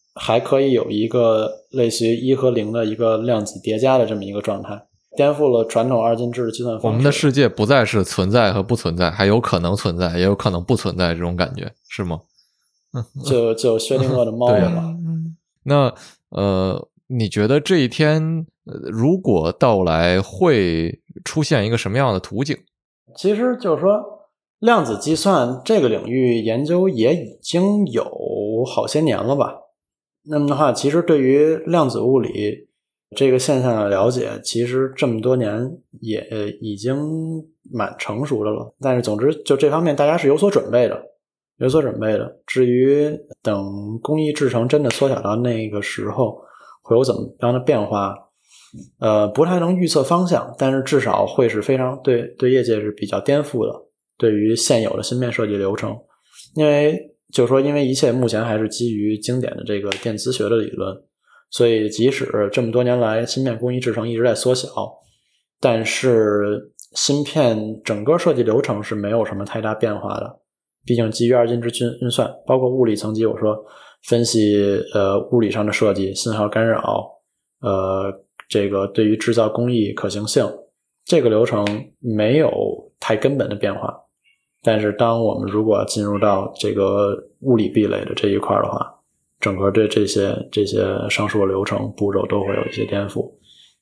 还可以有一个类似于一和零的一个量子叠加的这么一个状态，颠覆了传统二进制的计算方式。 我们的世界不再是存在和不存在，还有可能存在也有可能不存在，这种感觉是吗？ 就就薛定谔的猫了嘛。 那呃你觉得这一天、呃、如果到来会出现一个什么样的图景？ 其实就是说量子计算这个领域研究也已经有好些年了吧。那么的话，其实对于量子物理这个现象的了解，其实这么多年也已经蛮成熟的了。但是总之就这方面大家是有所准备的有所准备的。至于等工艺制程真的缩小到那个时候会有怎么样的变化，呃，不太能预测方向，但是至少会是非常对对业界是比较颠覆的，对于现有的芯片设计流程。因为就是说因为一切目前还是基于经典的这个电磁学的理论，所以即使这么多年来芯片工艺制程一直在缩小，但是芯片整个设计流程是没有什么太大变化的。毕竟基于二进制运算，包括物理层级，我说分析呃物理上的设计、信号干扰，呃这个对于制造工艺可行性，这个流程没有太根本的变化。但是当我们如果进入到这个物理壁垒的这一块的话，整个对这些这些上述的流程步骤都会有一些颠覆。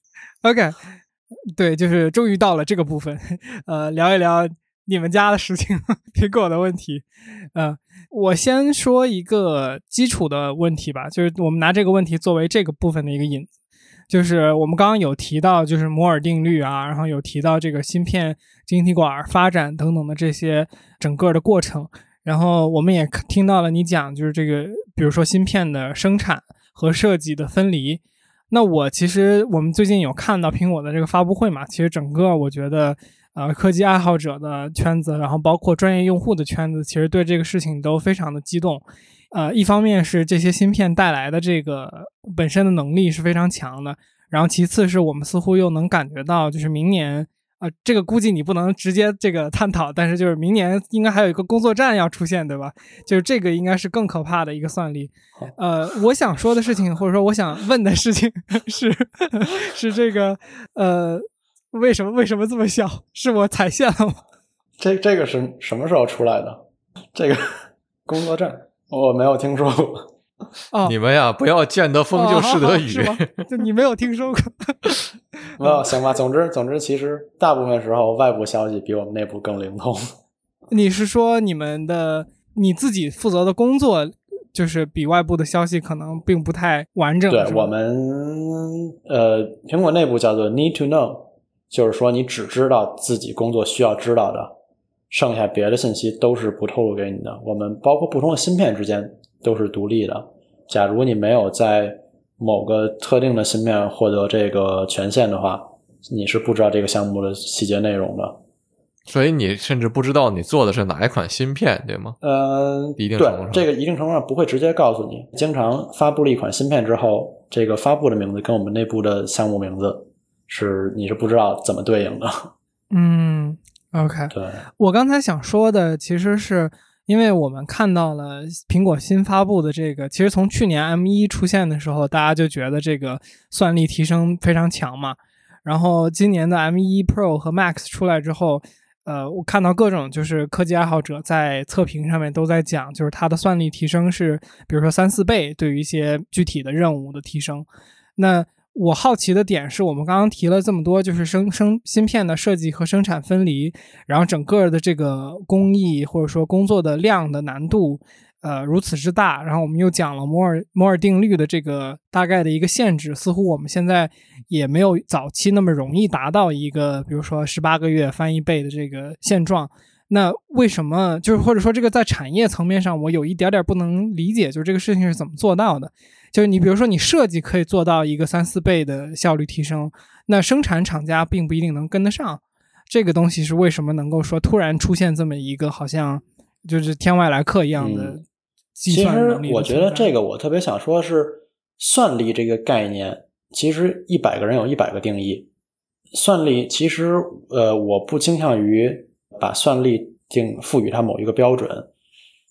OK， 对，就是终于到了这个部分，呃，聊一聊你们家的事情，苹果的问题。呃，我先说一个基础的问题吧，就是我们拿这个问题作为这个部分的一个引子。就是我们刚刚有提到就是摩尔定律啊，然后有提到这个芯片晶体管发展等等的这些整个的过程，然后我们也听到了你讲就是这个比如说芯片的生产和设计的分离。那我其实我们最近有看到苹果的这个发布会嘛，其实整个我觉得呃科技爱好者的圈子，然后包括专业用户的圈子，其实对这个事情都非常的激动。呃，一方面是这些芯片带来的这个本身的能力是非常强的，然后其次是我们似乎又能感觉到就是明年呃，这个估计你不能直接这个探讨，但是就是明年应该还有一个工作站要出现，对吧？就是这个应该是更可怕的一个算力。呃，我想说的事情或者说我想问的事情是是这个呃，为什么为什么这么笑？是我踩线了吗？ 这这个是什么时候出来的？这个工作站我没有听说过。 哦， 你们呀，不要见得风就识得雨。 哦、是吗？就你没有听说过？ 没有，行吧。总之，总之，其实大部分时候外部消息比我们内部更灵通。 你是说你们的你自己负责的工作，就是比外部的消息可能并不太完整？ 对，我们呃，苹果内部叫做 need to know， 就是说你只知道自己工作需要知道的，剩下别的信息都是不透露给你的。我们包括不同的芯片之间都是独立的。假如你没有在某个特定的芯片获得这个权限的话，你是不知道这个项目的细节内容的。 所以你甚至不知道你做的是哪一款芯片，对吗？ 呃， 一定程度上， 对，这个一定程度上不会直接告诉你。经常发布了一款芯片之后，这个发布的名字跟我们内部的项目名字是你是不知道怎么对应的。 嗯 ，OK， 对， 我刚才想说的其实是因为我们看到了苹果新发布的这个，其实从去年 M 一 出现的时候，大家就觉得这个算力提升非常强嘛。然后今年的 M 一 Pro 和 Max 出来之后，呃，我看到各种就是科技爱好者在测评上面都在讲，就是它的算力提升是比如说三四倍对于一些具体的任务的提升。那我好奇的点是我们刚刚提了这么多，就是生生芯片的设计和生产分离，然后整个的这个工艺或者说工作的量的难度呃如此之大，然后我们又讲了摩尔摩尔定律的这个大概的一个限制，似乎我们现在也没有早期那么容易达到一个比如说十八个月翻一倍的这个现状。那为什么就是或者说这个在产业层面上我有一点点不能理解，就是这个事情是怎么做到的？就是你比如说你设计可以做到一个三四倍的效率提升，那生产厂家并不一定能跟得上，这个东西是为什么能够说突然出现这么一个好像就是天外来客一样的计算能力的存在？ 其实我觉得这个我特别想说是算力这个概念，其实一百个人有一百个定义。算力其实呃，我不倾向于把算力定赋予它某一个标准。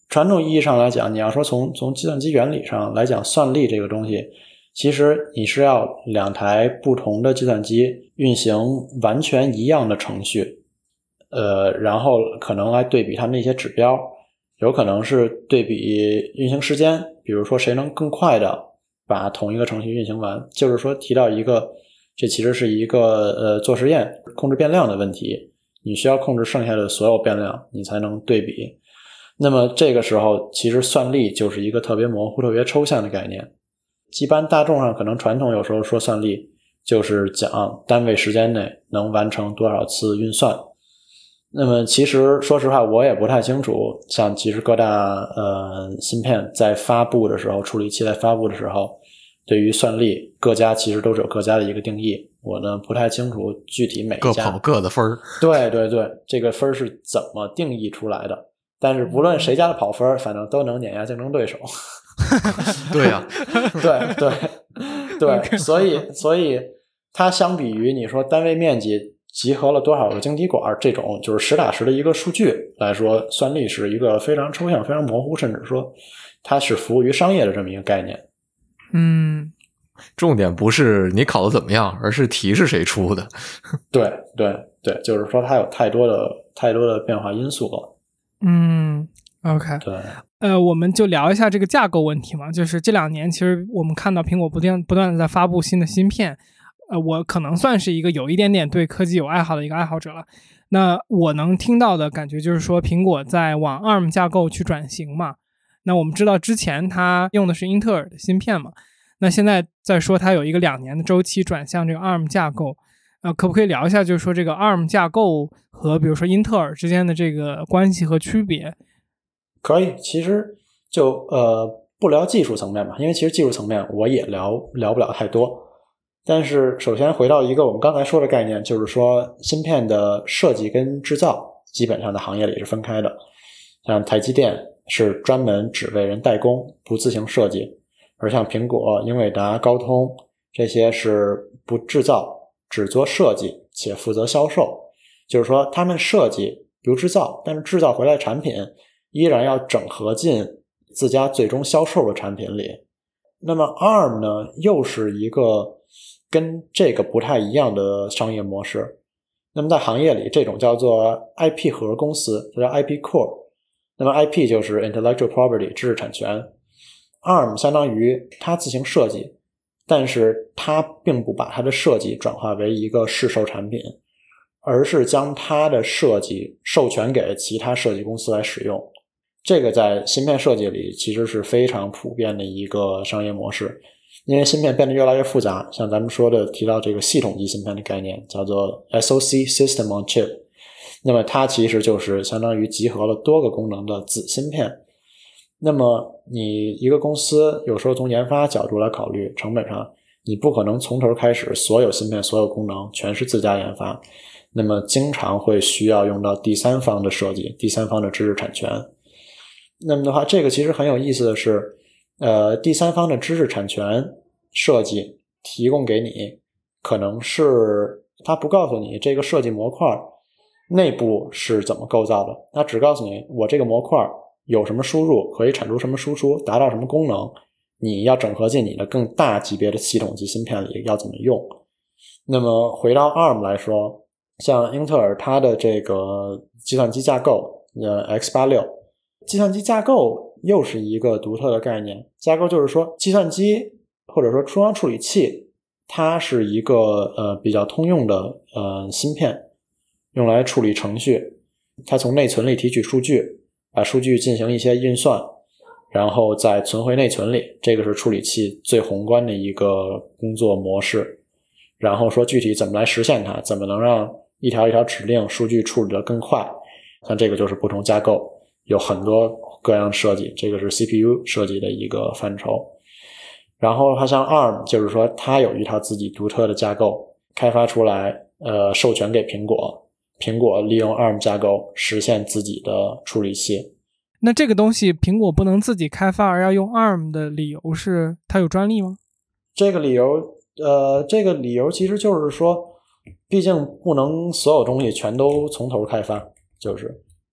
传统意义上来讲，你要说从从计算机原理上来讲，算力这个东西，其实你是要两台不同的计算机运行完全一样的程序，呃，然后可能来对比它们的一些指标，有可能是对比运行时间，比如说谁能更快的把同一个程序运行完，就是说提到一个，这其实是一个呃做实验控制变量的问题，你需要控制剩下的所有变量，你才能对比。那么这个时候其实算力就是一个特别模糊特别抽象的概念，一般大众上可能传统有时候说算力就是讲单位时间内能完成多少次运算，那么其实说实话我也不太清楚，像其实各大呃芯片在发布的时候，处理器在发布的时候，对于算力各家其实都是有各家的一个定义，我呢不太清楚具体每一家各跑各的分儿。 对对对，这个分是怎么定义出来的，但是不论谁家的跑分，反正都能碾压竞争对手。 对呀、啊， 对对对，所以所以它相比于你说单位面积集合了多少个晶体管这种就是实打实的一个数据来说，算力是一个非常抽象非常模糊，甚至说它是服务于商业的这么一个概念。 嗯， 重点不是你考的怎么样，而是题是谁出的。 对对对，就是说它有太多的太多的变化因素了。 嗯 OK， 对， 呃，我们就聊一下这个架构问题嘛。就是这两年，其实我们看到苹果不断不断的在发布新的芯片。呃，我可能算是一个有一点点对科技有爱好的一个爱好者了。那我能听到的感觉就是说，苹果在往 A R M 架构去转型嘛。那我们知道之前它用的是英特尔的芯片嘛，那现在在说它有一个两年的周期转向这个 A R M 架构。呃，可不可以聊一下，就是说这个 A R M 架构和比如说英特尔之间的这个关系和区别？ 可以，其实就呃不聊技术层面吧，因为其实技术层面我也聊聊不了太多。但是首先回到一个我们刚才说的概念，就是说芯片的设计跟制造基本上的行业里是分开的。像台积电是专门只为人代工，不自行设计，而像苹果、英伟达、高通这些是不制造，只做设计且负责销售。就是说他们设计比如制造，但是制造回来的产品依然要整合进自家最终销售的产品里。那么 A R M 呢，又是一个跟这个不太一样的商业模式。那么在行业里，这种叫做 I P 核公司，叫 I P Core。那么 I P 就是 Intellectual Property 知识产权。A R M 相当于它自行设计，但是它并不把它的设计转化为一个市售产品，而是将它的设计授权给其他设计公司来使用。这个在芯片设计里其实是非常普遍的一个商业模式。因为芯片变得越来越复杂，像咱们说的提到这个系统级芯片的概念叫做 S O C System on Chip， 那么它其实就是相当于集合了多个功能的子芯片。那么你一个公司有时候从研发角度来考虑，成本上你不可能从头开始所有芯片所有功能全是自家研发，那么经常会需要用到第三方的设计，第三方的知识产权。那么的话，这个其实很有意思的是呃，第三方的知识产权设计提供给你，可能是他不告诉你这个设计模块内部是怎么构造的，他只告诉你我这个模块有什么输入，可以产出什么输出，达到什么功能，你要整合进你的更大级别的系统级芯片里要怎么用。那么回到 A R M 来说，像英特尔它的这个计算机架构呃 X 八十六， 计算机架构又是一个独特的概念。架构就是说计算机或者说中央处理器，它是一个呃比较通用的呃芯片，用来处理程序，它从内存里提取数据，把数据进行一些运算，然后再存回内存里，这个是处理器最宏观的一个工作模式。然后说具体怎么来实现它，怎么能让一条一条指令数据处理得更快，像这个就是不同架构有很多各样设计，这个是 C P U 设计的一个范畴。然后它像 A R M 就是说它有一套自己独特的架构开发出来，呃，授权给苹果，苹果利用 A R M 架构实现自己的处理器。 那这个东西苹果不能自己开发而要用 A R M 的理由是它有专利吗？ 这个理由呃，这个理由其实就是说毕竟不能所有东西全都从头开发，就是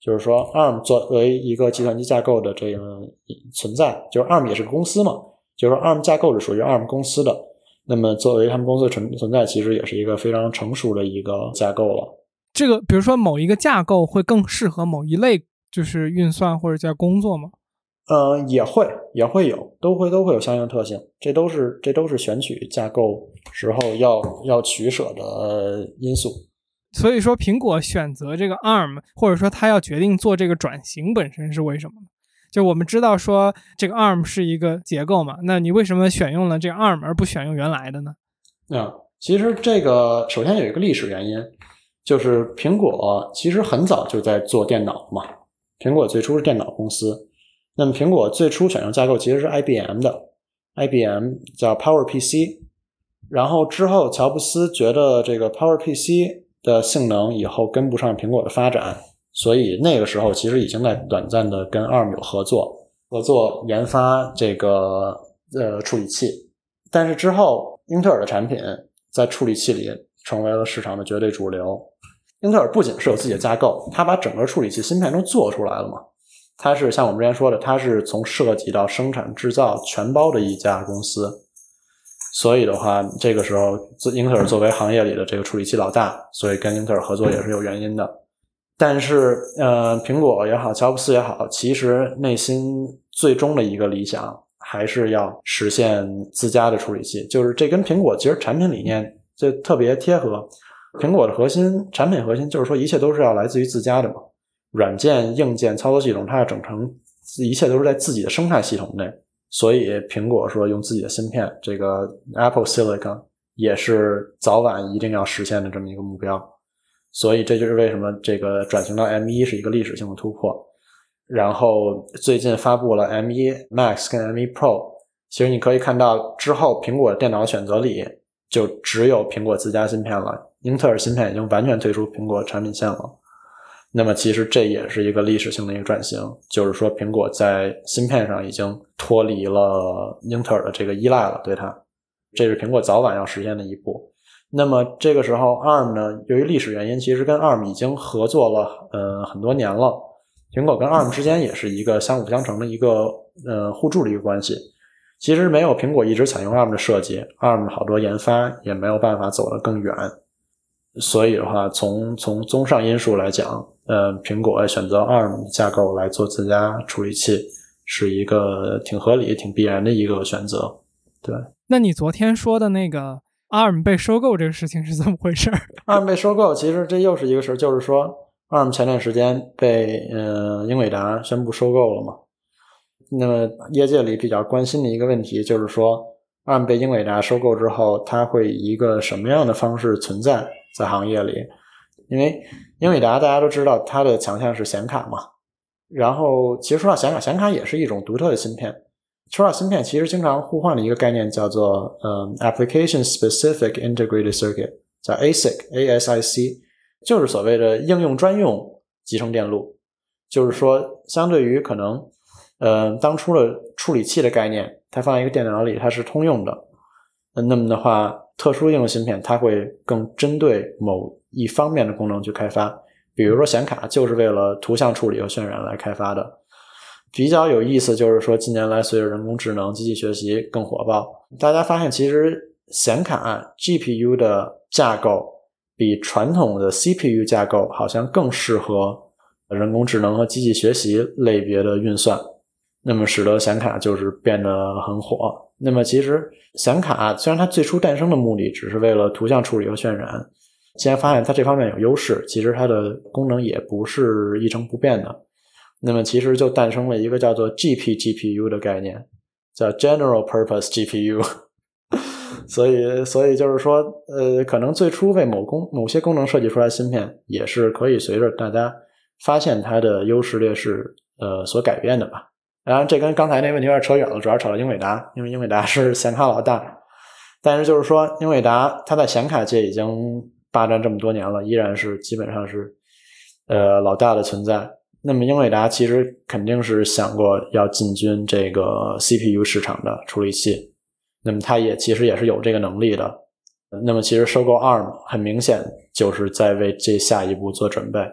就是说 A R M 作为一个计算机架构的这个存在，就是 A R M 也是个公司嘛，就是说 A R M 架构是属于 A R M 公司的，那么作为他们公司的存存在，其实也是一个非常成熟的一个架构了。 这个比如说某一个架构会更适合某一类就是运算或者叫工作吗？ 呃，也会也会有，都会都会有相应特性，这都是这都是选取架构时候要要取舍的因素。 所以说苹果选择这个 A R M 或者说它要决定做这个转型本身是为什么呢？就我们知道说这个 A R M 是一个结构嘛，那你为什么选用了这个 A R M 而不选用原来的呢？ 嗯，其实这个首先有一个历史原因，就是苹果其实很早就在做电脑嘛，苹果最初是电脑公司，那么苹果最初选用架构其实是 I B M 的 I B M 叫 PowerPC， 然后之后乔布斯觉得这个 PowerPC 的性能以后跟不上苹果的发展，所以那个时候其实已经在短暂的跟 A R M 有合作合作研发这个呃处理器，但是之后英特尔的产品在处理器里成为了市场的绝对主流。英特尔不仅是有自己的架构，它把整个处理器芯片都做出来了嘛，它是像我们之前说的，它是从设计到生产制造全包的一家公司。所以的话，这个时候英特尔作为行业里的这个处理器老大，所以跟英特尔合作也是有原因的。但是呃，苹果也好，乔布斯也好，其实内心最终的一个理想还是要实现自家的处理器，就是这跟苹果其实产品理念就特别贴合。苹果的核心产品核心就是说一切都是要来自于自家的嘛，软件硬件操作系统它要整成一切都是在自己的生态系统内，所以苹果说用自己的芯片，这个 Apple Silicon 也是早晚一定要实现的这么一个目标。所以这就是为什么这个转型到 M 一 是一个历史性的突破。然后最近发布了 M 一 Max 跟 M 一 Pro， 其实你可以看到之后苹果电脑选择里就只有苹果自家芯片了，英特尔芯片已经完全退出苹果产品线了。那么其实这也是一个历史性的一个转型，就是说苹果在芯片上已经脱离了英特尔的这个依赖了，对它，这是苹果早晚要实现的一步。那么这个时候 A R M 呢，由于历史原因，其实跟 A R M 已经合作了呃很多年了，苹果跟 A R M 之间也是一个相辅相成的一个呃互助的一个关系。其实没有苹果一直采用 A R M 的设计， A R M 好多研发也没有办法走得更远。所以的话，从从综上因素来讲，呃，苹果选择 A R M 架构来做自家处理器，是一个挺合理、挺必然的一个选择。对。 那你昨天说的那个 A R M 被收购这个事情是怎么回事 ？A R M 被收购，其实这又是一个事，就是说 A R M 前段时间被呃英伟达宣布收购了嘛。那么业界里比较关心的一个问题就是说 A R M 被英伟达收购之后，它会以一个什么样的方式存在在行业里？因为英伟达大家都知道它的强项是显卡嘛，然后其实说到显卡，显卡也是一种独特的芯片。说到芯片，其实经常互换的一个概念叫做呃 Application Specific Integrated Circuit， 叫 A S I C A S I C， 就是所谓的应用专用集成电路。就是说相对于可能呃当初的处理器的概念，它放在一个电脑里它是通用的，那么的话特殊应用芯片它会更针对某一方面的功能去开发，比如说显卡就是为了图像处理和渲染来开发的。比较有意思就是说近年来随着人工智能机器学习更火爆，大家发现其实显卡 G P U 的架构比传统的 C P U 架构好像更适合人工智能和机器学习类别的运算，那么使得显卡就是变得很火。那么其实显卡虽然它最初诞生的目的只是为了图像处理和渲染，既然发现它这方面有优势，其实它的功能也不是一成不变的。那么其实就诞生了一个叫做 G P G P U 的概念，叫 General Purpose G P U 所以所以就是说呃，可能最初为某功某些功能设计出来芯片也是可以随着大家发现它的优势劣势呃所改变的吧。当然这跟刚才那问题有点扯远了，主要扯到英伟达，因为英伟达是显卡老大。但是就是说英伟达它在显卡界已经霸占这么多年了，依然是基本上是呃老大的存在。那么英伟达其实肯定是想过要进军这个 C P U 市场的处理器，那么它也其实也是有这个能力的。那么其实收购 A R M 很明显就是在为这下一步做准备。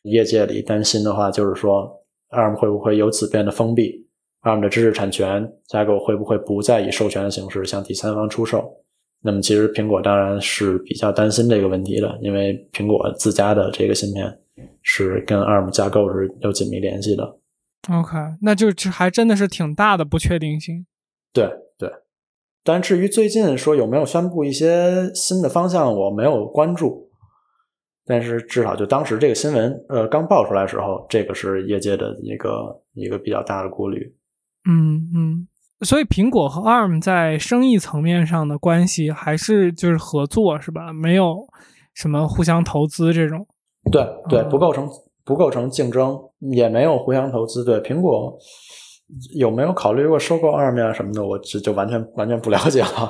业界里担心的话，就是说 A R M 会不会由此变得封闭， A R M 的知识产权架构会不会不再以授权的形式向第三方出售。那么其实苹果当然是比较担心这个问题的，因为苹果自家的这个芯片是跟 A R M 架构是有紧密联系的。 OK， 那就还真的是挺大的不确定性。 对对，但至于最近说有没有宣布一些新的方向，我没有关注，但是至少就当时这个新闻呃刚爆出来的时候，这个是业界的一个一个比较大的顾虑。 嗯嗯，所以苹果和 A R M 在生意层面上的关系还是就是合作是吧？没有什么互相投资这种。 对对，不构成不构成竞争，也没有互相投资。对，苹果有没有考虑过收购 A R M 啊什么的，我就就完全完全不了解了。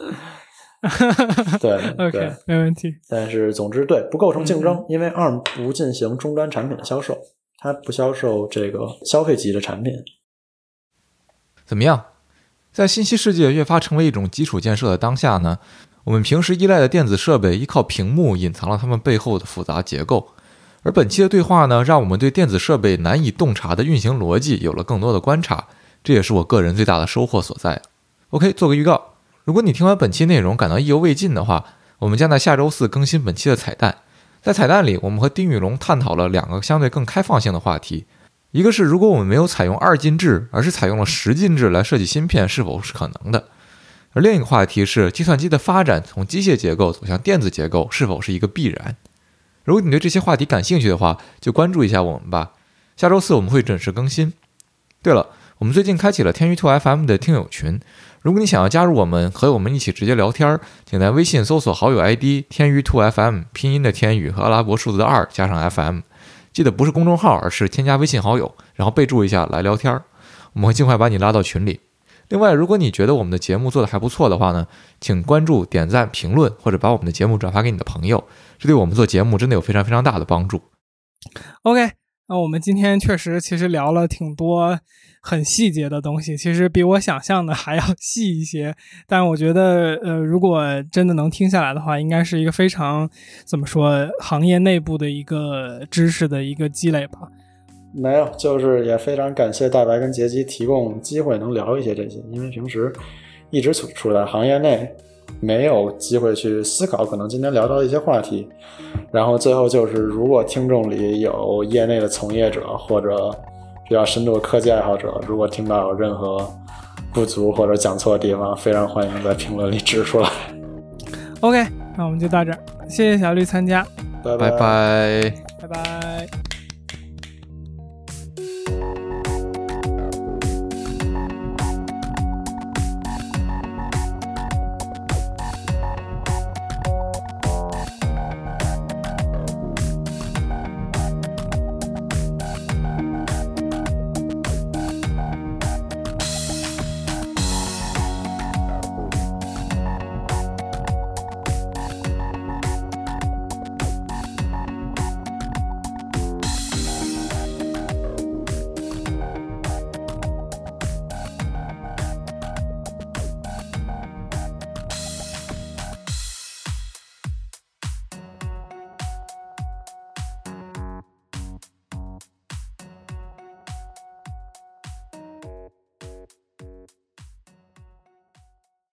对 ，OK， 没问题。 但是总之对，不构成竞争，嗯、因为 A R M 不进行终端产品的销售，它不销售这个消费级的产品。 怎么样？在信息世界越发成为一种基础建设的当下呢，我们平时依赖的电子设备依靠屏幕隐藏了它们背后的复杂结构。而本期的对话呢，让我们对电子设备难以洞察的运行逻辑有了更多的观察，这也是我个人最大的收获所在。OK， 做个预告，如果你听完本期内容感到意犹未尽的话，我们将在下周四更新本期的彩蛋。在彩蛋里，我们和丁宇龙探讨了两个相对更开放性的话题，一个是如果我们没有采用二进制，而是采用了十进制来设计芯片是否是可能的，而另一个话题是计算机的发展从机械结构走向电子结构是否是一个必然。如果你对这些话题感兴趣的话，就关注一下我们吧。下周四我们会准时更新。对了，我们最近开启了天娱 two F M 的听友群，如果你想要加入我们，和我们一起直接聊天，请在微信搜索好友 I D 天娱 two F M， 拼音的天娱和阿拉伯数字的二加上 F M， 记得不是公众号，而是添加微信好友，然后备注一下来聊天，我们会尽快把你拉到群里。另外，如果你觉得我们的节目做得还不错的话呢，请关注、点赞、评论，或者把我们的节目转发给你的朋友，这对我们做节目真的有非常非常大的帮助。 OK， 那我们今天确实其实聊了挺多很细节的东西，其实比我想象的还要细一些，但我觉得呃，如果真的能听下来的话，应该是一个非常怎么说行业内部的一个知识的一个积累吧。 没有，就是也非常感谢大白跟杰基提供机会能聊一些这些，因为平时一直处处在行业内，没有机会去思考可能今天聊到的一些话题。然后最后就是如果听众里有业内的从业者或者比较深度的科技爱好者，如果听到有任何不足或者讲错的地方，非常欢迎在评论里指出来。 OK， 那我们就到这儿，谢谢小绿参加， 拜拜拜拜拜拜。